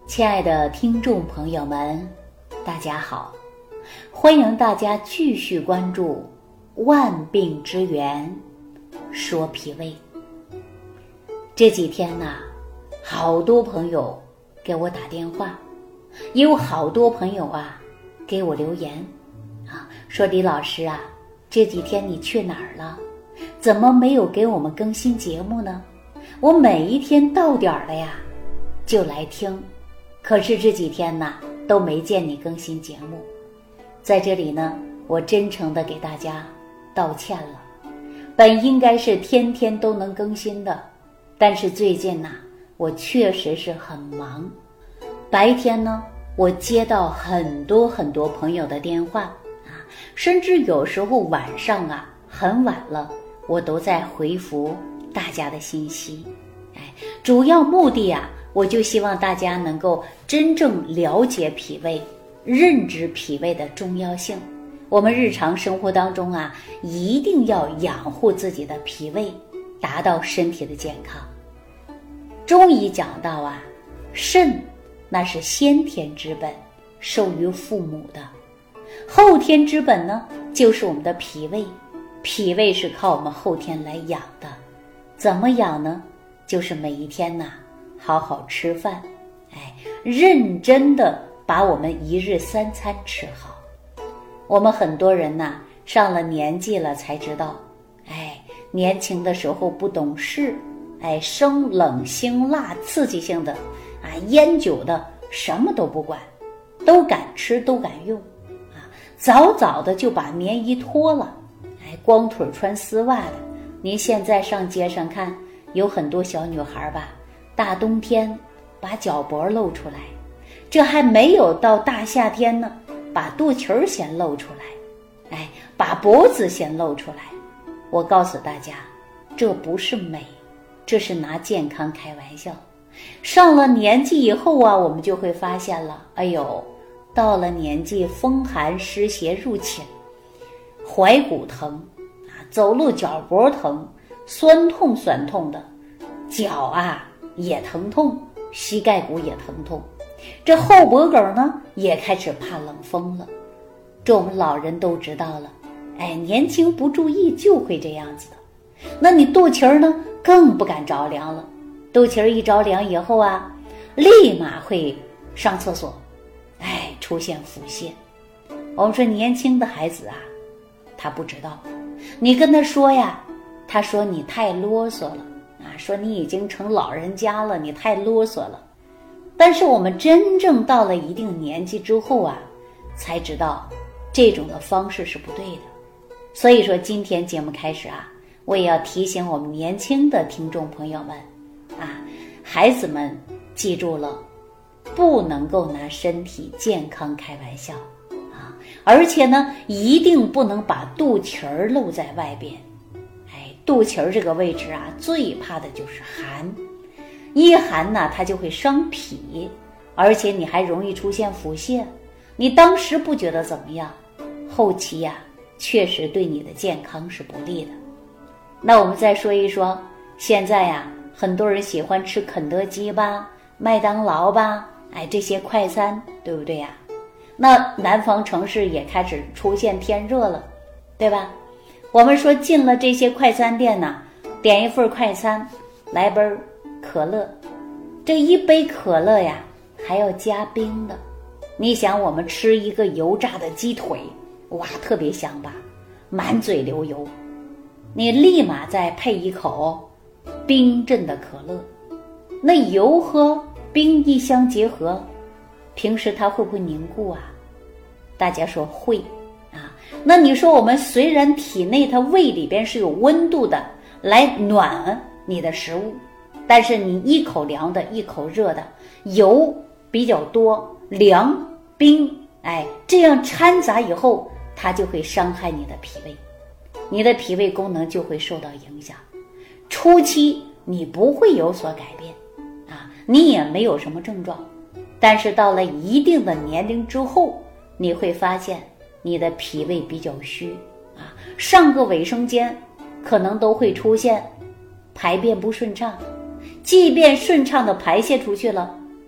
亲爱的听众朋友们，大家好，欢迎大家继续关注万病之源说脾胃。这几天呢，好多朋友给我打电话，也有好多朋友给我留言说李老师这几天你去哪儿了？怎么没有给我们更新节目呢？我每一天到点儿了就来听，可是这几天都没见你更新节目。在这里呢，我真诚地给大家道歉了。本应该是天天都能更新的，但是最近我确实是很忙。白天呢，我接到很多朋友的电话甚至有时候晚上很晚了，我都在回复大家的信息。主要目的我就希望大家能够真正了解脾胃，认知脾胃的重要性。我们日常生活当中一定要养护自己的脾胃，达到身体的健康。中医讲到肾那是先天之本，受于父母的。后天之本呢，就是我们的脾胃，脾胃是靠我们后天来养的。怎么养呢？就是每一天好好吃饭，认真的把我们一日三餐吃好。我们很多人上了年纪了才知道，年轻的时候不懂事，生冷辛辣刺激性的烟酒的什么都不管，都敢吃都敢用早早的就把棉衣脱了，光腿穿丝袜的。您现在上街上看，有很多小女孩大冬天把脚脖露出来，这还没有到大夏天呢，把肚脐先露出来，把脖子先露出来。我告诉大家，这不是美，这是拿健康开玩笑。上了年纪以后我们就会发现了，到了年纪风寒湿邪入侵，踝骨疼走路脚脖疼，酸痛的，脚也疼痛，膝盖骨也疼痛，这后脖梗呢也开始怕冷风了。这我们老人都知道了，年轻不注意就会这样子的。那你肚脐呢更不敢着凉了，肚脐一着凉以后立马会上厕所，出现腹泻。我们说年轻的孩子他不知道，你跟他说他说你太啰嗦了说你已经成老人家了，你太啰嗦了。但是我们真正到了一定年纪之后才知道这种的方式是不对的。所以说今天节目开始我也要提醒我们年轻的听众朋友们孩子们记住了，不能够拿身体健康开玩笑而且呢一定不能把肚脐露在外边。肚脐这个位置最怕的就是寒，一寒它就会伤脾，而且你还容易出现腹泻。你当时不觉得怎么样，后期确实对你的健康是不利的。那我们再说一说，现在很多人喜欢吃肯德基麦当劳这些快餐，对不对那南方城市也开始出现天热了，对吧？我们说进了这些快餐店点一份快餐，来杯可乐，这一杯可乐还要加冰的。你想我们吃一个油炸的鸡腿，特别香吧，满嘴流油，你立马再配一口冰镇的可乐，那油和冰一相结合，平时它会不会凝固大家说会那你说我们虽然体内它胃里边是有温度的来暖你的食物，但是你一口凉的一口热的，油比较多，凉冰这样掺杂以后，它就会伤害你的脾胃，你的脾胃功能就会受到影响。初期你不会有所改变你也没有什么症状，但是到了一定的年龄之后，你会发现你的脾胃比较虚上个卫生间可能都会出现排便不顺畅，即便顺畅的排泄出去了，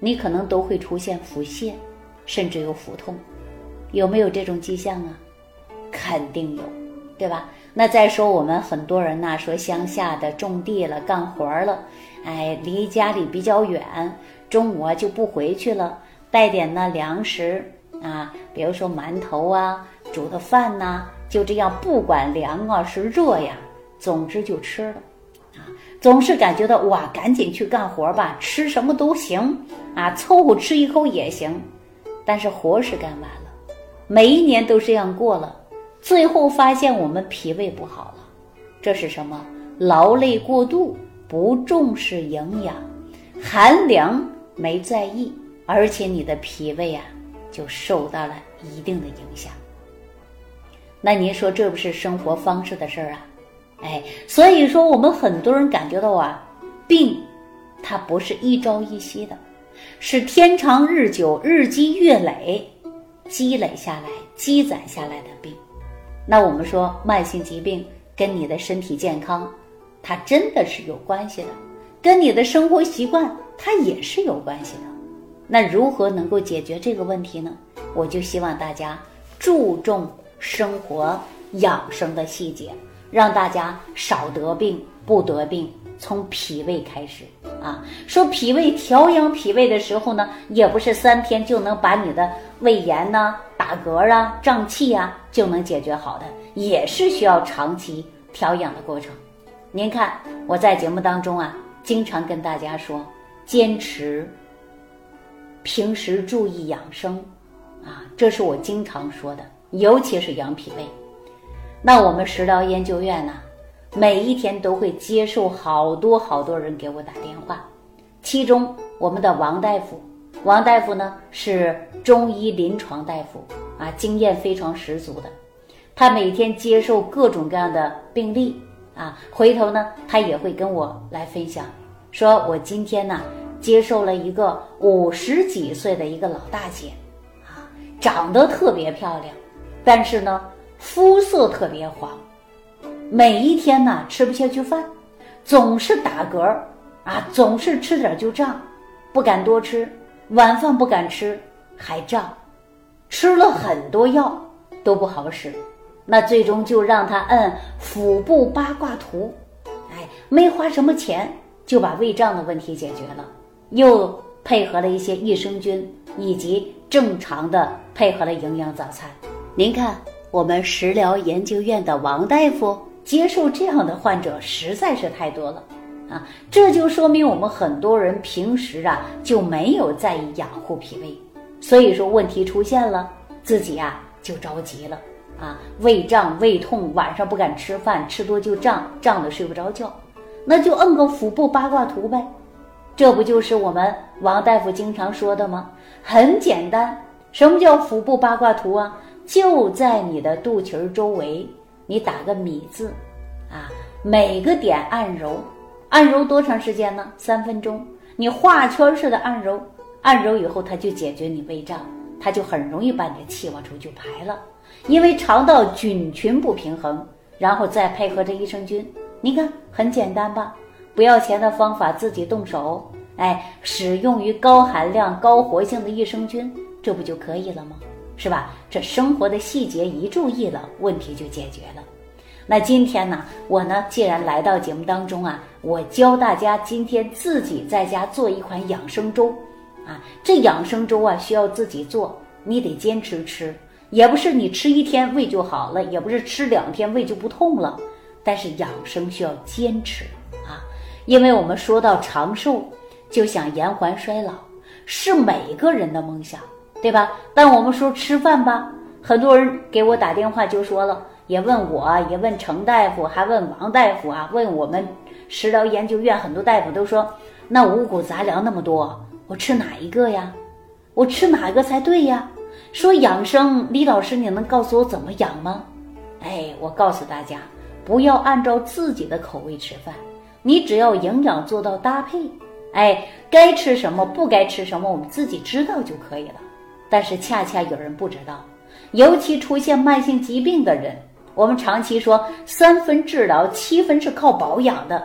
你可能都会出现腹泻，甚至有腹痛。有没有这种迹象啊？肯定有，对吧？那再说我们很多人呐，说乡下的种地了，干活了，离家里比较远，中午就不回去了，带点呢粮食啊，比如说馒头啊，煮的饭呐，就这样不管凉啊是热呀，总之就吃了啊，总是感觉到哇，赶紧去干活吧，吃什么都行啊，凑合吃一口也行，但是活是干完了，每一年都这样过了，最后发现我们脾胃不好了，这是什么？劳累过度，不重视营养，寒凉没在意，而且你的脾胃啊就受到了一定的影响。那您说这不是生活方式的事儿啊？所以说我们很多人感觉到啊，病它不是一朝一夕的，是天长日久、日积月累积累下来、积攒下来的病。那我们说慢性疾病跟你的身体健康它真的是有关系的，跟你的生活习惯它也是有关系的。那如何能够解决这个问题呢？我就希望大家注重生活养生的细节，让大家少得病不得病，从脾胃开始啊。说脾胃调养脾胃的时候呢，也不是3天就能把你的胃炎呐、打嗝啊、胀气啊就能解决好的，也是需要长期调养的过程。您看我在节目当中啊，经常跟大家说，坚持平时注意养生啊，这是我经常说的，尤其是养脾胃。那我们食疗研究院呢，每一天都会接受好多人给我打电话，其中我们的王大夫呢是中医临床大夫啊，经验非常十足的，他每天接受各种各样的病例啊，回头呢他也会跟我来分享，说我今天呢接受了一个50几岁的一个老大姐啊，长得特别漂亮，但是呢肤色特别黄，每一天呢吃不下去饭，总是打嗝啊，总是吃点就胀，不敢多吃，晚饭不敢吃还胀，吃了很多药都不好使，那最终就让他摁腹部八卦图，没花什么钱就把胃胀的问题解决了，又配合了一些益生菌以及正常的配合了营养早餐。您看我们食疗研究院的王大夫接受这样的患者实在是太多了啊，这就说明我们很多人平时啊就没有在意养护脾胃，所以说问题出现了，自己啊就着急了啊，胃胀胃痛，晚上不敢吃饭，吃多就胀，胀得睡不着觉，那就摁个腹部八卦图呗，这不就是我们王大夫经常说的吗？很简单，什么叫腹部八卦图啊？就在你的肚脐周围，你打个米字啊，每个点按揉，按揉多长时间呢？3分钟，你画圈式的按揉，按揉以后它就解决你胃胀，它就很容易把你的气往出去排了，因为肠道菌群不平衡，然后再配合着益生菌，你看很简单吧？不要钱的方法自己动手，使用于高含量高活性的益生菌，这不就可以了吗？是吧？这生活的细节一注意了，问题就解决了。那今天呢，我呢既然来到节目当中啊，我教大家今天自己在家做一款养生粥啊。这养生粥啊需要自己做，你得坚持吃，也不是你吃1天胃就好了，也不是吃2天胃就不痛了，但是养生需要坚持啊。因为我们说到长寿，就想延缓衰老，是每个人的梦想，对吧？但我们说吃饭吧，很多人给我打电话就说了，也问我，也问程大夫，还问王大夫啊，问我们食疗研究院很多大夫都说，那五谷杂粮那么多，我吃哪一个呀？我吃哪个才对呀？说养生，李老师你能告诉我怎么养吗？我告诉大家，不要按照自己的口味吃饭，你只要营养做到搭配，该吃什么不该吃什么我们自己知道就可以了。但是恰恰有人不知道，尤其出现慢性疾病的人，我们长期说3分治疗7分是靠保养的，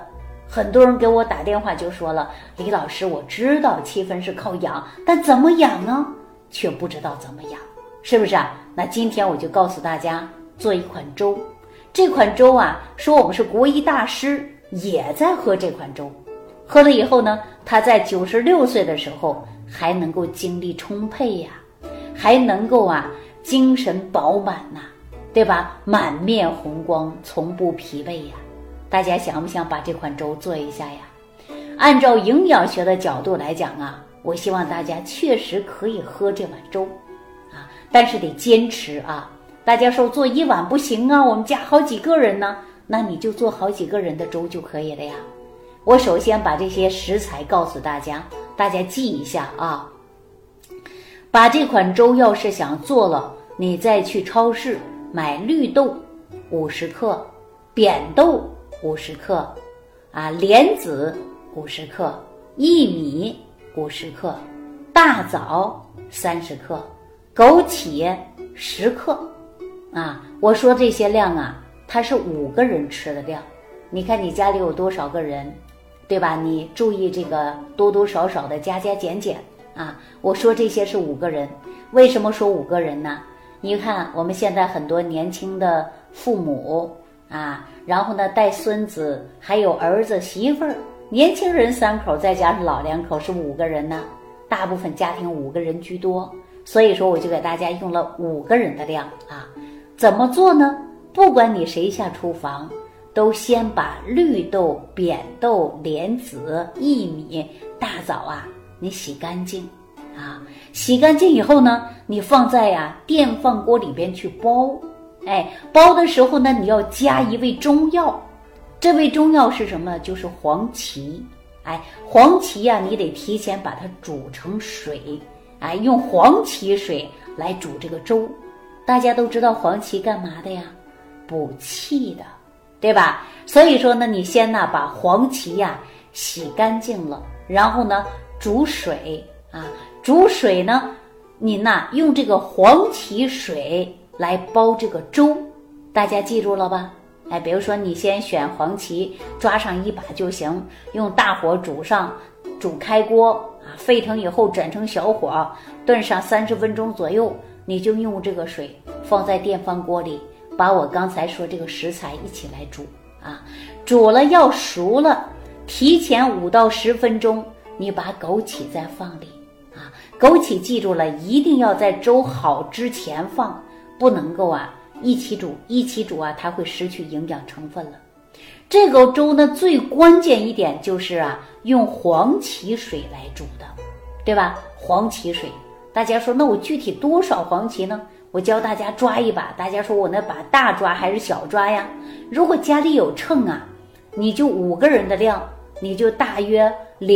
很多人给我打电话就说了，李老师，我知道七分是靠养，但怎么养呢？却不知道怎么养，是不是啊？那今天我就告诉大家做一款粥。这款粥啊，说我们是国医大师也在喝这款粥，喝了以后呢，他在96岁的时候还能够精力充沛呀，还能够精神饱满呐，对吧？满面红光，从不疲惫呀。大家想不想把这款粥做一下呀？按照营养学的角度来讲啊，我希望大家确实可以喝这碗粥但是得坚持啊。大家说做一碗不行啊，我们家好几个人呢，那你就做好几个人的粥就可以了呀。我首先把这些食材告诉大家，大家记一下啊。把这款粥要是想做了，你再去超市买绿豆50克，扁豆50克莲子50克，薏米50克，大枣30克，枸杞10克我说这些量它是5个人吃的量。你看你家里有多少个人，对吧？你注意这个多多少少的加加减减我说这些是5个人。为什么说5个人呢？你看我们现在很多年轻的父母然后呢带孙子，还有儿子媳妇儿，年轻人3口再加上老2口是5个人呢。大部分家庭5个人居多，所以说我就给大家用了5个人的量怎么做呢？不管你谁下厨房，都先把绿豆、扁豆、莲子、薏米、大枣你洗干净洗干净以后呢，你放在电饭锅里边去煲。煲的时候呢，你要加一味中药。这味中药是什么？就是黄芪。黄芪你得提前把它煮成水，用黄芪水来煮这个粥。大家都知道黄芪干嘛的呀？补气的，对吧？所以说呢，你先把黄芪洗干净了，然后呢煮水煮水呢，你用这个黄芪水来煲这个粥。大家记住了吧？比如说你先选黄芪，抓上1把就行，用大火煮上，煮开锅沸腾以后转成小火，炖上30分钟左右，你就用这个水放在电饭锅里，把我刚才说这个食材一起来煮煮了要熟了，提前5到10分钟，你把枸杞再放里枸杞记住了，一定要在粥好之前放，不能够一起煮它会失去营养成分了。这个粥呢，最关键一点就是用黄芪水来煮的，对吧？黄芪水，大家说那我具体多少黄芪呢？我教大家抓一把，大家说我那把大抓还是小抓呀？如果家里有秤你就5个人的量，你就大约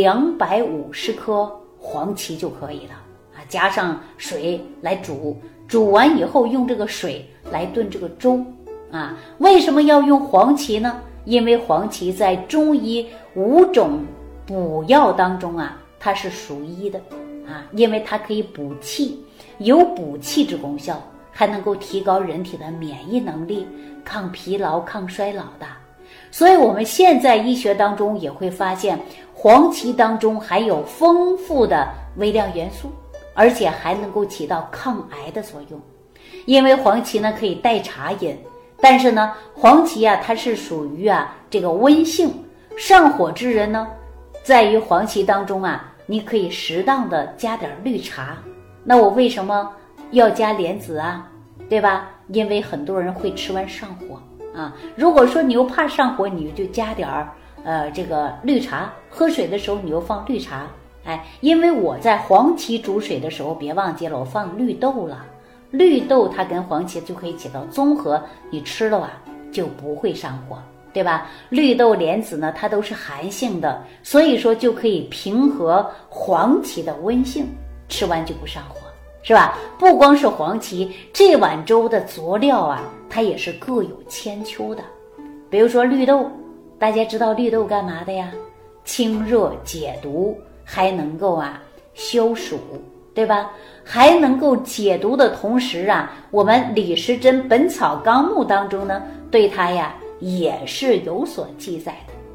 250克黄芪就可以了加上水来煮，煮完以后用这个水来炖这个粥为什么要用黄芪呢？因为黄芪在中医5种补药当中它是属一的因为它可以补气，有补气之功效，还能够提高人体的免疫能力，抗疲劳、抗衰老的。所以我们现在医学当中也会发现，黄芪当中含有丰富的微量元素，而且还能够起到抗癌的作用。因为黄芪呢可以代茶饮，但是呢黄芪它是属于这个温性，上火之人呢，在于黄芪当中你可以适当的加点绿茶。那我为什么要加莲子对吧？因为很多人会吃完上火如果说你又怕上火，你就加点这个绿茶，喝水的时候你又放绿茶因为我在黄芪煮水的时候，别忘记了我放绿豆了，绿豆它跟黄芪就可以起到综合，你吃了就不会上火，对吧？绿豆莲子呢它都是寒性的，所以说就可以平和黄芪的温性，吃完就不上火，是吧？不光是黄芪，这碗粥的佐料它也是各有千秋的。比如说绿豆，大家知道绿豆干嘛的呀？清热解毒，还能够消暑，对吧？还能够解毒的同时我们李时珍《本草纲目》当中呢，对它也是有所记载的。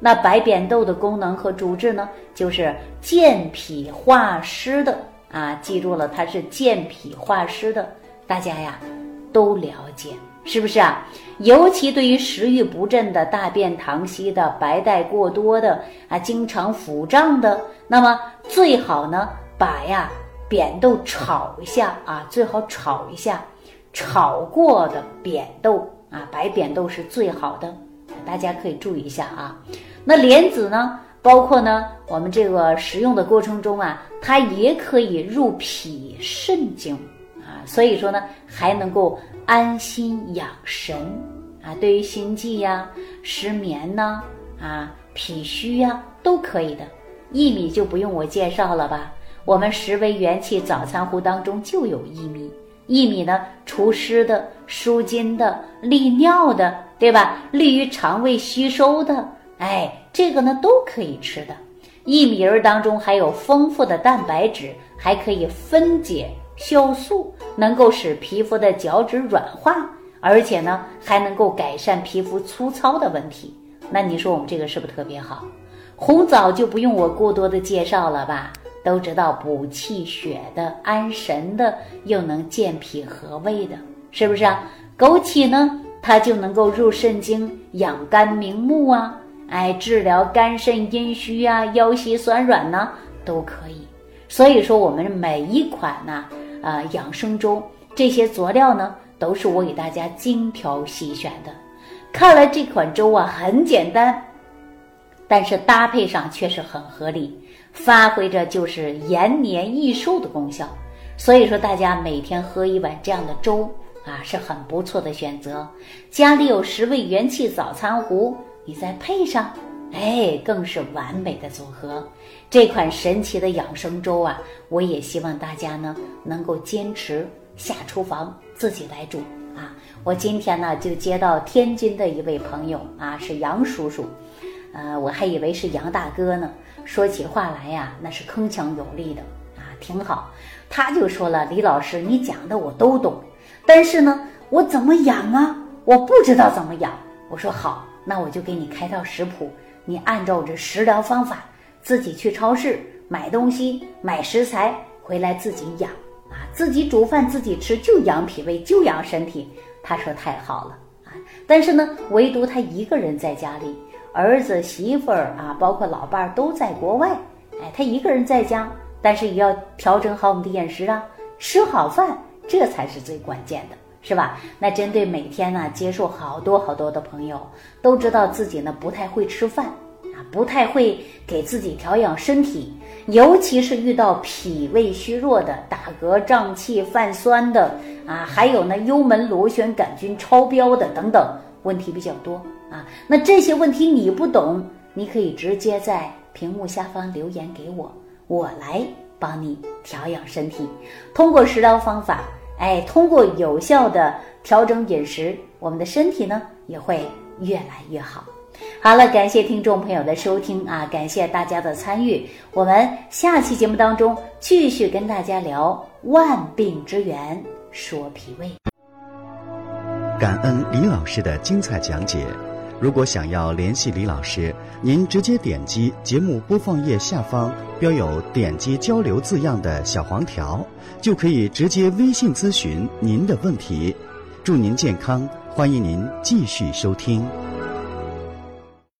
那白扁豆的功能和主治呢，就是健脾化湿的啊，记住了，它是健脾化湿的，大家呀都了解，是不是啊？尤其对于食欲不振的、大便溏稀的、白带过多的啊，经常腹胀的，那么最好呢，把扁豆炒一下啊，最好炒一下，炒过的扁豆啊，白扁豆是最好的，大家可以注意一下啊。那莲子呢，包括呢我们这个食用的过程中啊，它也可以入脾肾经啊，所以说呢还能够安心养神啊，对于心悸呀、失眠呐脾虚呀都可以的。薏米就不用我介绍了吧，我们10味元气早餐壶当中就有薏米。薏米呢，除湿的、舒筋的、利尿的，对吧？利于肠胃吸收的，这个呢都可以吃的。薏米仁当中还有丰富的蛋白质，还可以分解酵素，能够使皮肤的角质软化，而且呢还能够改善皮肤粗糙的问题。那你说我们这个是不是特别好？红枣就不用我过多的介绍了吧，都知道补气血的、安神的，又能健脾和胃的，是不是啊？枸杞呢，它就能够入肾经，养肝明目啊，治疗肝肾阴虚啊、腰膝酸软呢，都可以。所以说我们每一款呢养生粥，这些佐料呢都是我给大家精挑细选的。看来这款粥啊很简单，但是搭配上却是很合理，发挥着就是延年益寿的功效。所以说大家每天喝一碗这样的粥啊，是很不错的选择。家里有10味元气早餐壶，你再配上更是完美的组合。这款神奇的养生粥啊，我也希望大家呢能够坚持下厨房自己来煮啊。我今天呢就接到天津的一位朋友啊，是杨叔叔，我还以为是杨大哥呢，说起话来呀那是铿锵有力的啊，挺好。他就说了，李老师你讲的我都懂，但是呢我怎么养啊，我不知道怎么养。我说好，那我就给你开套食谱，你按照这食疗方法自己去超市买东西买食材回来自己养啊，自己煮饭自己吃，就养脾胃就养身体。他说太好了啊，但是呢唯独他一个人在家里，儿子媳妇儿啊包括老伴儿都在国外，他一个人在家，但是也要调整好我们的饮食啊，吃好饭，这才是最关键的，是吧？那针对每天呢接受好多的朋友，都知道自己呢不太会吃饭啊，不太会给自己调养身体，尤其是遇到脾胃虚弱的、打嗝胀气泛酸的啊，还有呢幽门螺旋杆菌超标的等等问题比较多啊。那这些问题你不懂，你可以直接在屏幕下方留言给我，我来帮你调养身体。通过食疗方法，通过有效的调整饮食，我们的身体呢也会越来越好。好了，感谢听众朋友的收听啊，感谢大家的参与。我们下期节目当中继续跟大家聊万病之源，说脾胃。 感恩李老师的精彩讲解。如果想要联系李老师，您直接点击节目播放页下方标有点击交流字样的小黄条，就可以直接微信咨询您的问题。祝您健康，欢迎您继续收听。